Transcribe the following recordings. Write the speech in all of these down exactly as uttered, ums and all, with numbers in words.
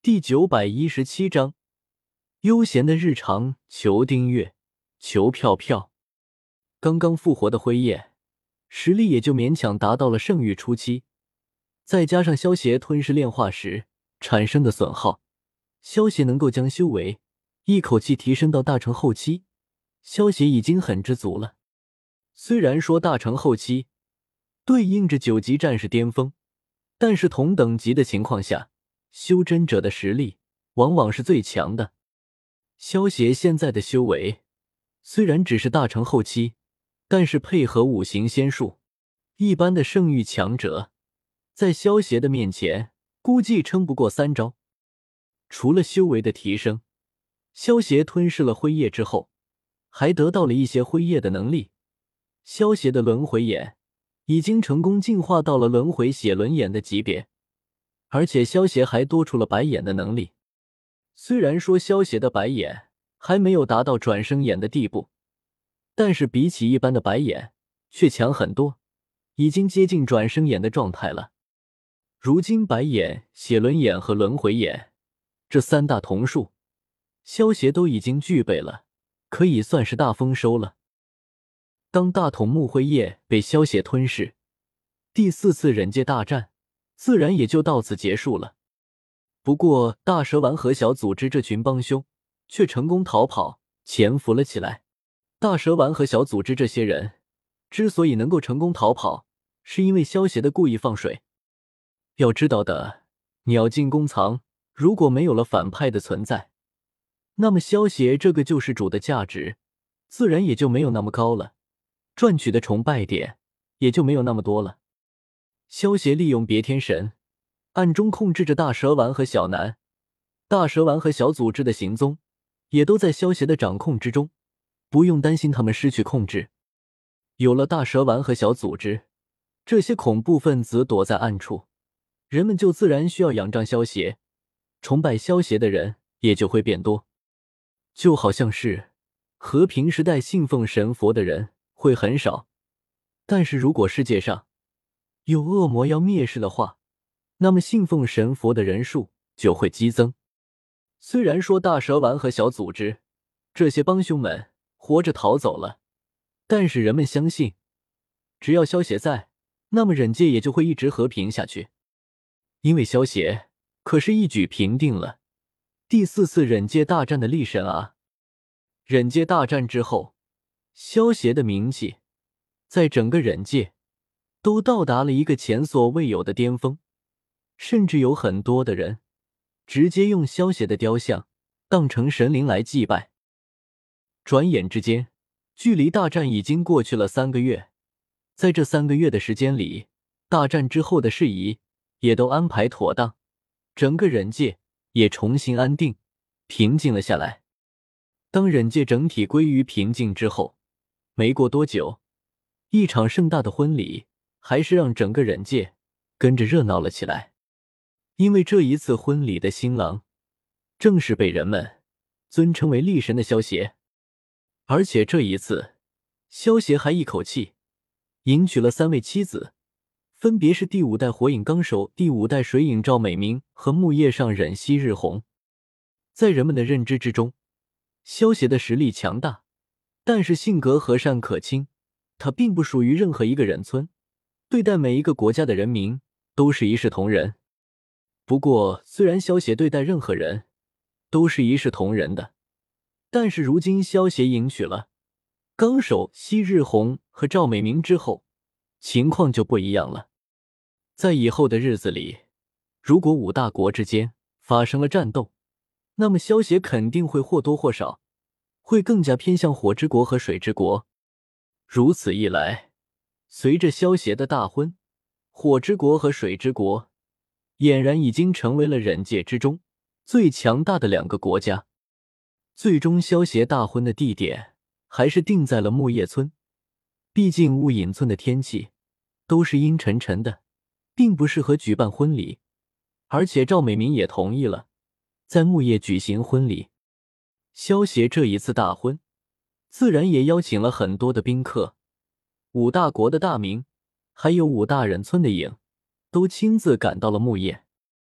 第九百一十七章悠闲的日常，求订阅，求票票。刚刚复活的辉夜，实力也就勉强达到了圣域初期，再加上萧协吞噬炼化时产生的损耗，萧协能够将修为一口气提升到大成后期，萧协已经很知足了。虽然说大成后期对应着九级战士巅峰，但是同等级的情况下，修真者的实力往往是最强的。萧协现在的修为虽然只是大成后期，但是配合五行仙术，一般的圣域强者在萧协的面前估计撑不过三招。除了修为的提升，萧协吞噬了辉夜之后，还得到了一些辉夜的能力。萧协的轮回眼已经成功进化到了轮回血轮眼的级别，而且萧协还多出了白眼的能力。虽然说萧协的白眼还没有达到转生眼的地步，但是比起一般的白眼却强很多，已经接近转生眼的状态了。如今白眼、血轮眼和轮回眼这三大瞳术，萧协都已经具备了，可以算是大丰收了。当大筒木辉夜被萧协吞噬，第四次忍界大战自然也就到此结束了。不过大蛇丸和小组织这群帮凶却成功逃跑，潜伏了起来。大蛇丸和小组织这些人之所以能够成功逃跑，是因为萧协的故意放水。要知道的，鸟尽弓藏，如果没有了反派的存在，那么萧协这个救世主的价值自然也就没有那么高了，赚取的崇拜点也就没有那么多了。萧协利用别天神暗中控制着大蛇丸和小南，大蛇丸和小组织的行踪也都在萧协的掌控之中，不用担心他们失去控制。有了大蛇丸和小组织，这些恐怖分子躲在暗处，人们就自然需要仰仗萧协，崇拜萧协的人也就会变多。就好像是和平时代信奉神佛的人会很少，但是如果世界上有恶魔要灭世的话，那么信奉神佛的人数就会激增。虽然说大蛇丸和小组织这些帮凶们活着逃走了，但是人们相信，只要萧协在，那么忍界也就会一直和平下去。因为萧协可是一举平定了第四次忍界大战的力神啊！忍界大战之后，萧协的名气在整个忍界都到达了一个前所未有的巅峰，甚至有很多的人直接用萧协的雕像当成神灵来祭拜。转眼之间，距离大战已经过去了三个月，在这三个月的时间里，大战之后的事宜也都安排妥当，整个忍界也重新安定平静了下来。当忍界整体归于平静之后，没过多久，一场盛大的婚礼还是让整个忍界跟着热闹了起来。因为这一次婚礼的新郎正是被人们尊称为力神的萧协，而且这一次萧协还一口气迎娶了三位妻子，分别是第五代火影纲手、第五代水影赵美明和木叶上忍昔日红。在人们的认知之中，萧协的实力强大，但是性格和善可亲，他并不属于任何一个忍村，对待每一个国家的人民都是一视同仁。不过虽然萧协对待任何人都是一视同仁的，但是如今萧协迎娶了纲手、昔日红和赵美明之后，情况就不一样了。在以后的日子里，如果五大国之间发生了战斗，那么萧协肯定会或多或少会更加偏向火之国和水之国。如此一来，随着萧协的大婚，火之国和水之国俨然已经成为了忍界之中最强大的两个国家。最终萧协大婚的地点还是定在了木叶村，毕竟雾隐村的天气都是阴沉沉的，并不适合举办婚礼，而且赵美明也同意了在木叶举行婚礼。萧协这一次大婚自然也邀请了很多的宾客，五大国的大名还有五大忍村的影都亲自赶到了木叶。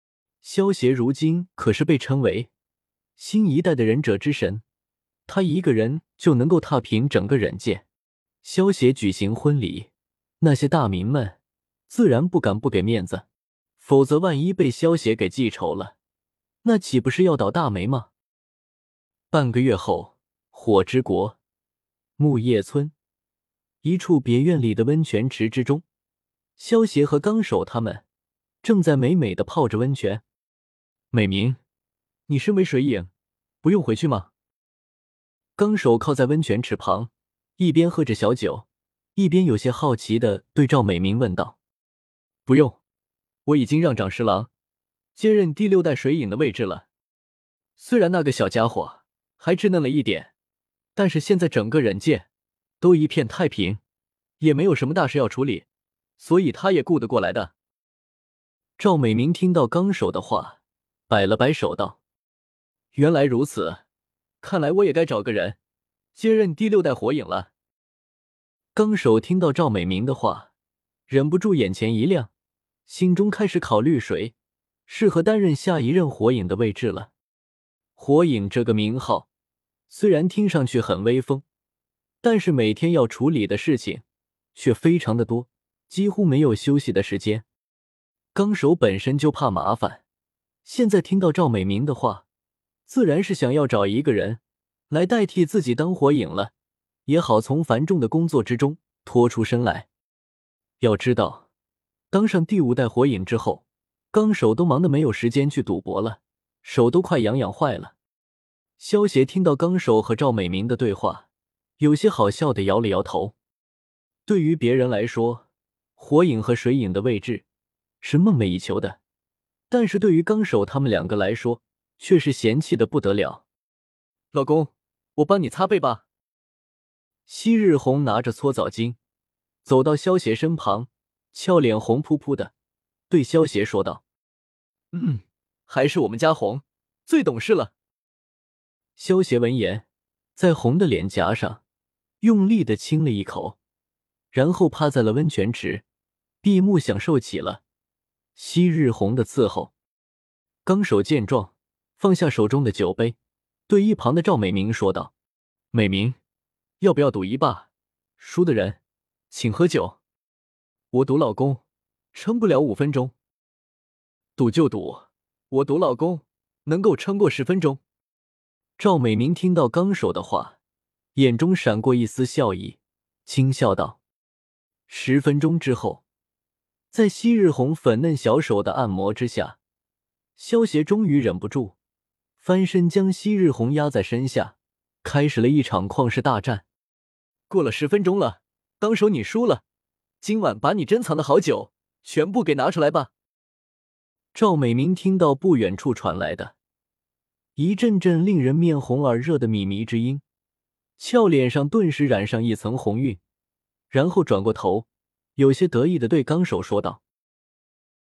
萧协如今可是被称为新一代的忍者之神，他一个人就能够踏平整个忍界。萧协举行婚礼，那些大名们自然不敢不给面子，否则万一被萧协给记仇了，那岂不是要倒大霉吗？半个月后，火之国木叶村一处别院里的温泉池之中，萧协和纲手他们正在美美的泡着温泉。美明，你身为水影，不用回去吗？纲手靠在温泉池旁，一边喝着小酒，一边有些好奇地对赵美明问道。不用，我已经让长十郎接任第六代水影的位置了。虽然那个小家伙还稚嫩了一点，但是现在整个忍界都一片太平，也没有什么大事要处理，所以他也顾得过来的。赵美明听到纲手的话，摆了摆手道：原来如此，看来我也该找个人接任第六代火影了。纲手听到赵美明的话，忍不住眼前一亮，心中开始考虑谁适合担任下一任火影的位置了。火影这个名号虽然听上去很威风，但是每天要处理的事情却非常的多，几乎没有休息的时间。纲手本身就怕麻烦，现在听到赵美明的话，自然是想要找一个人来代替自己当火影了，也好从繁重的工作之中脱出身来。要知道，当上第五代火影之后，纲手都忙得没有时间去赌博了，手都快痒痒坏了。萧协听到纲手和赵美明的对话，有些好笑地摇了摇头。对于别人来说，火影和水影的位置是梦寐以求的，但是对于纲手他们两个来说，却是嫌弃的不得了。老公，我帮你擦背吧。昔日红拿着搓澡巾走到萧协身旁，俏脸红扑扑的对萧协说道：嗯，还是我们家红最懂事了。萧协闻言，在红的脸颊上用力地亲了一口，然后趴在了温泉池，闭目享受起了昔日红的伺候。纲手见状，放下手中的酒杯，对一旁的赵美明说道：美明，要不要赌一把？输的人请喝酒。我赌老公撑不了五分钟。赌就赌，我赌老公能够撑过十分钟。赵美明听到纲手的话，眼中闪过一丝笑意，轻笑道：十分钟之后，在昔日红粉嫩小手的按摩之下，萧协终于忍不住翻身将昔日红压在身下，开始了一场旷世大战。过了十分钟了，纲手你输了，今晚把你珍藏的好酒全部给拿出来吧。赵美明听到不远处传来的一阵阵令人面红耳热的靡靡之音，俏脸上顿时染上一层红晕，然后转过头，有些得意地对纲手说道：